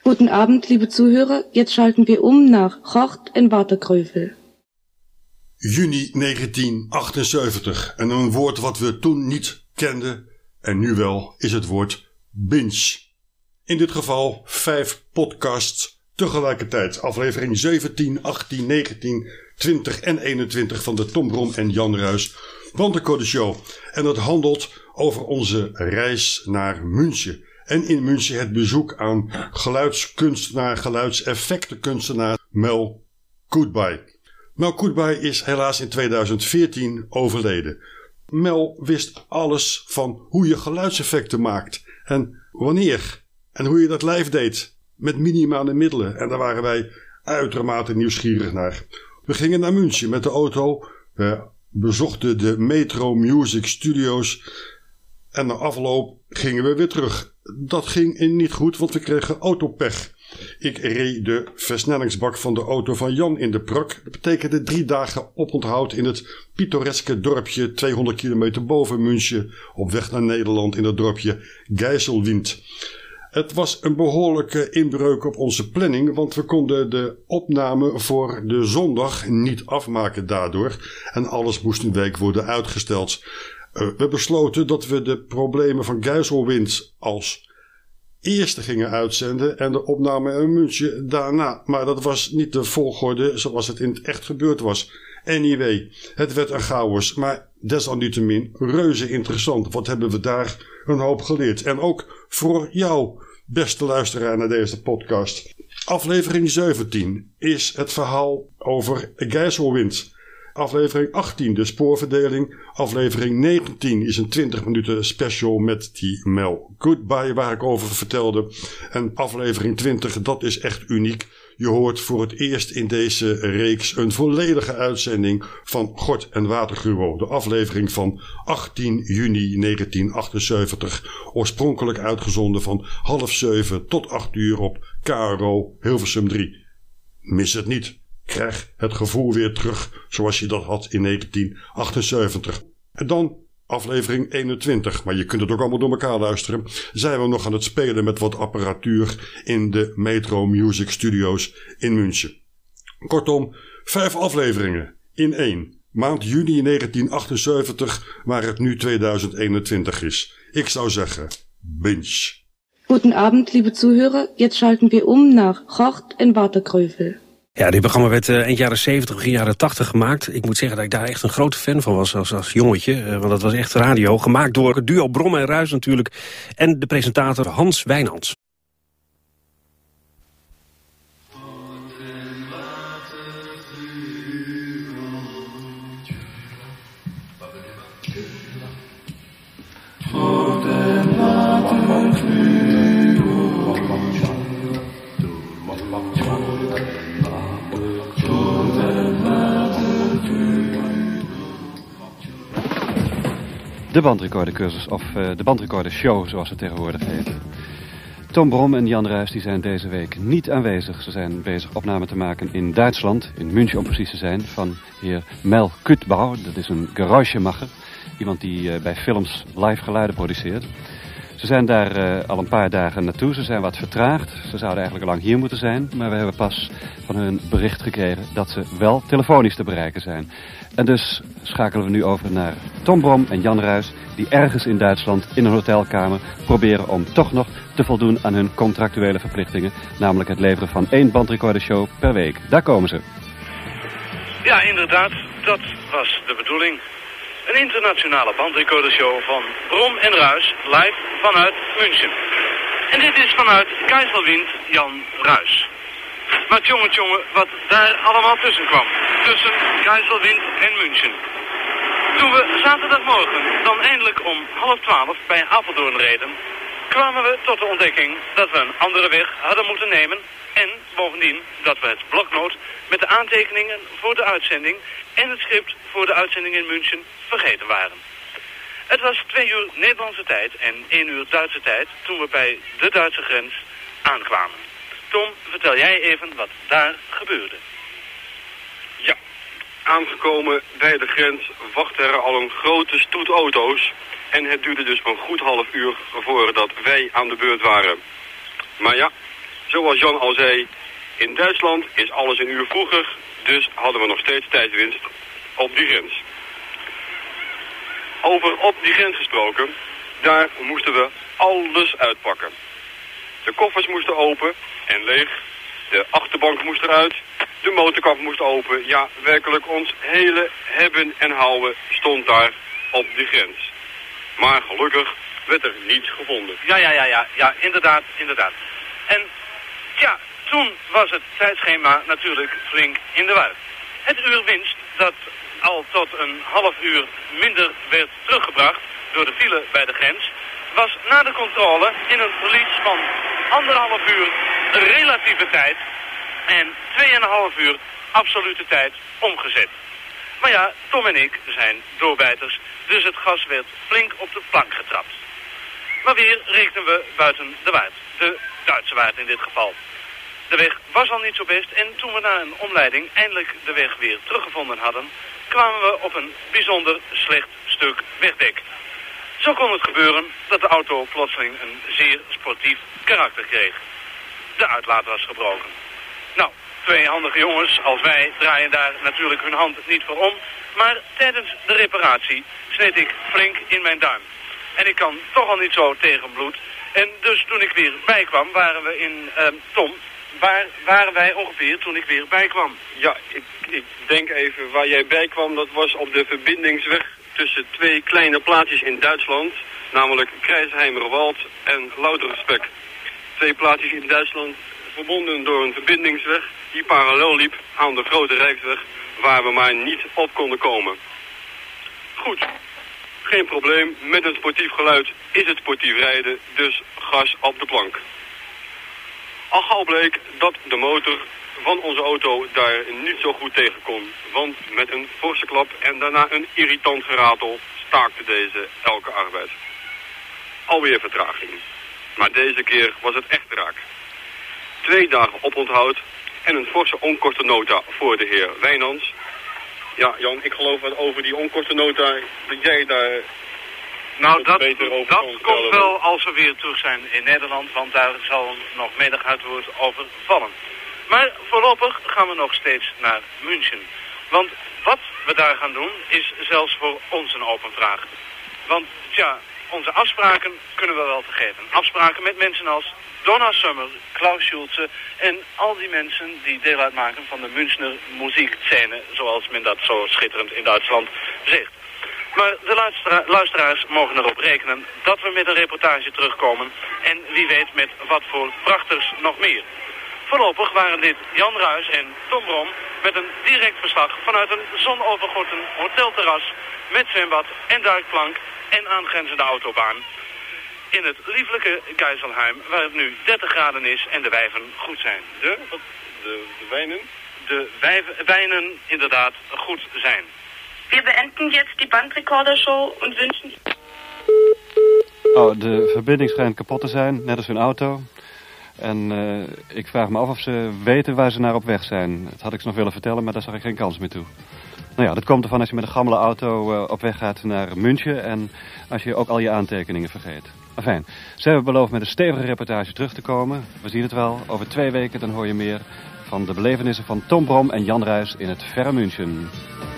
Guten Abend, liebe Zuhörer. Jetzt schalten wir um nach Gort en Waterkreuvel. Juni 1978. En een woord wat we toen niet kenden en nu wel is het woord binge. In dit geval 5 podcasts tegelijkertijd. Aflevering 17, 18, 19, 20 en 21 van de Tom Brom en Jan Ruys Bandrecorders Show. En dat handelt over onze reis naar München. En in München het bezoek aan geluidskunstenaar, geluidseffectenkunstenaar Mel Goodby. Mel Goodby is helaas in 2014 overleden. Mel wist alles van hoe je geluidseffecten maakt en wanneer en hoe je dat live deed met minimale middelen. En daar waren wij uitermate nieuwsgierig naar. We gingen naar München met de auto, we bezochten de Metro Music Studios en na afloop gingen we weer terug. Dat ging niet goed, want we kregen autopech. Ik reed de versnellingsbak van de auto van Jan in de prak. Dat betekende 3 dagen oponthoud in het pittoreske dorpje 200 kilometer boven München op weg naar Nederland in het dorpje Geiselwind. Het was een behoorlijke inbreuk op onze planning, want we konden de opname voor de zondag niet afmaken daardoor en alles moest een week worden uitgesteld. We besloten dat we de problemen van Geiselwind als eerste gingen uitzenden en de opname in München daarna. Maar dat was niet de volgorde zoals het in het echt gebeurd was. Anyway, het werd een chaos, maar desalniettemin reuze interessant. Wat hebben we daar een hoop geleerd. En ook voor jou, beste luisteraar naar deze podcast. Aflevering 17 is het verhaal over Geiselwind. Aflevering 18, de spoorverdeling. Aflevering 19 is een 20 minuten special met die Mel Goodby waar ik over vertelde. En aflevering 20, dat is echt uniek. Je hoort voor het eerst in deze reeks een volledige uitzending van Gort en Watergruwel. De aflevering van 18 juni 1978. Oorspronkelijk uitgezonden van 6:30 tot 8 uur op KRO Hilversum 3. Mis het niet. Krijg het gevoel weer terug zoals je dat had in 1978. En dan aflevering 21, maar je kunt het ook allemaal door elkaar luisteren. Zijn we nog aan het spelen met wat apparatuur in de Metro Music Studios in München. Kortom, 5 afleveringen in 1. Maand juni 1978, waar het nu 2021 is. Ik zou zeggen, binge. Guten Abend, liebe Zuhörer. Jetzt schalten wir um nach Gort en Waterkreuvel. Ja, dit programma werd eind jaren 70, begin jaren 80 gemaakt. Ik moet zeggen dat ik daar echt een grote fan van was als jongetje. Want dat was echt radio. Gemaakt door het duo Brom en Ruys natuurlijk. En de presentator Hans Wijnands. De bandrecordercursus, of de bandrecordershow zoals het tegenwoordig heet. Tom Brom en Jan Ruys die zijn deze week niet aanwezig. Ze zijn bezig opname te maken in Duitsland, in München om precies te zijn, van heer Mel Goodby. Dat is een geräuschemacher, iemand die bij films live geluiden produceert. Ze zijn daar al een paar dagen naartoe, ze zijn wat vertraagd. Ze zouden eigenlijk al lang hier moeten zijn, maar we hebben pas van hun bericht gekregen dat ze wel telefonisch te bereiken zijn. En dus schakelen we nu over naar Tom Brom en Jan Ruys, die ergens in Duitsland in een hotelkamer proberen om toch nog te voldoen aan hun contractuele verplichtingen, namelijk het leveren van 1 bandrecordershow per week. Daar komen ze. Ja, inderdaad, dat was de bedoeling. Een internationale bandrecordershow van Brom en Ruys, live vanuit München. En dit is vanuit Geiselwind Jan Ruys. Maar jongen, wat daar allemaal tussen kwam. Tussen Geiselwind en München. Toen we zaterdagmorgen dan eindelijk om 11:30 bij Apeldoorn reden, kwamen we tot de ontdekking dat we een andere weg hadden moeten nemen. En bovendien dat we het bloknoot met de aantekeningen voor de uitzending en het script voor de uitzending in München vergeten waren. Het was 2 uur Nederlandse tijd en 1 uur Duitse tijd toen we bij de Duitse grens aankwamen. Tom, vertel jij even wat daar gebeurde. Ja, aangekomen bij de grens wachtte er al een grote stoet auto's. En het duurde dus een goed half uur voordat wij aan de beurt waren. Maar ja, zoals Jan al zei, in Duitsland is alles een uur vroeger, dus hadden we nog steeds tijdswinst op die grens. Over op die grens gesproken, daar moesten we alles uitpakken. De koffers moesten open en leeg, de achterbank moest eruit, de motorkap moest open. Ja, werkelijk ons hele hebben en houden stond daar op die grens. Maar gelukkig werd er niets gevonden. Ja, inderdaad. En tja, toen was het tijdschema natuurlijk flink in de war. Het uur winst dat al tot een half uur minder werd teruggebracht door de file bij de grens, was na de controle in een verlies van 1,5 uur relatieve tijd en 2,5 uur absolute tijd omgezet. Maar ja, Tom en ik zijn doorbijters, dus het gas werd flink op de plank getrapt. Maar weer reekten we buiten de waard, de Duitse waard in dit geval. De weg was al niet zo best en toen we na een omleiding eindelijk de weg weer teruggevonden hadden, kwamen we op een bijzonder slecht stuk wegdek. Zo kon het gebeuren dat de auto plotseling een zeer sportief karakter kreeg. De uitlaat was gebroken. Nou, 2 handige jongens als wij draaien daar natuurlijk hun hand niet voor om, maar tijdens de reparatie sneed ik flink in mijn duim. En ik kan toch al niet zo tegen bloed. En dus toen ik weer bijkwam, waren we in... Tom, waar waren wij ongeveer toen ik weer bijkwam? Ja, ik denk even waar jij bijkwam, dat was op de verbindingsweg tussen 2 kleine plaatsjes in Duitsland, namelijk Krijsheimerwald en Louterenspek. 2 plaatsjes in Duitsland verbonden door een verbindingsweg die parallel liep aan de grote rijksweg waar we maar niet op konden komen. Goed, geen probleem, met een sportief geluid is het sportief rijden, dus gas op de plank. Al gauw bleek dat de motor van onze auto daar niet zo goed tegen kon, want met een forse klap en daarna een irritant geratel staakte deze elke arbeid. Alweer vertraging. Maar deze keer was het echt raak. 2 dagen oponthoud en een forse onkostennota voor de heer Wijnands. Ja, Jan, ik geloof dat over die onkostennota dat jij daar... Nou, dat komt wel als we weer terug zijn in Nederland, want daar zal nog menig woord over vallen. Maar voorlopig gaan we nog steeds naar München. Want wat we daar gaan doen is zelfs voor ons een open vraag. Want tja, onze afspraken kunnen we wel vergeten. Afspraken met mensen als Donna Summer, Klaus Schulze en al die mensen die deel uitmaken van de Münchner muziekscène, zoals men dat zo schitterend in Duitsland zegt. Maar de luisteraars mogen erop rekenen dat we met een reportage terugkomen en wie weet met wat voor prachters nog meer. Voorlopig waren dit Jan Ruijs en Tom Brom met een direct verslag vanuit een zonovergoten hotelterras met zwembad en duikplank en aangrenzende autobaan. In het lieflijke Geiselheim, waar het nu 30 graden is en de wijven goed zijn. De wijnen? De wijnen inderdaad goed zijn. Wir beenden jetzt die Bandrecorder-show und wünschen... Oh, de verbinding schijnt kapot te zijn, net als hun auto. En ik vraag me af of ze weten waar ze naar op weg zijn. Dat had ik ze nog willen vertellen, maar daar zag ik geen kans meer toe. Nou ja, dat komt ervan als je met een gammele auto op weg gaat naar München en als je ook al je aantekeningen vergeet. Enfin, ze hebben beloofd met een stevige reportage terug te komen. We zien het wel, over 2 weken dan hoor je meer van de belevenissen van Tom Brom en Jan Ruijs in het verre München.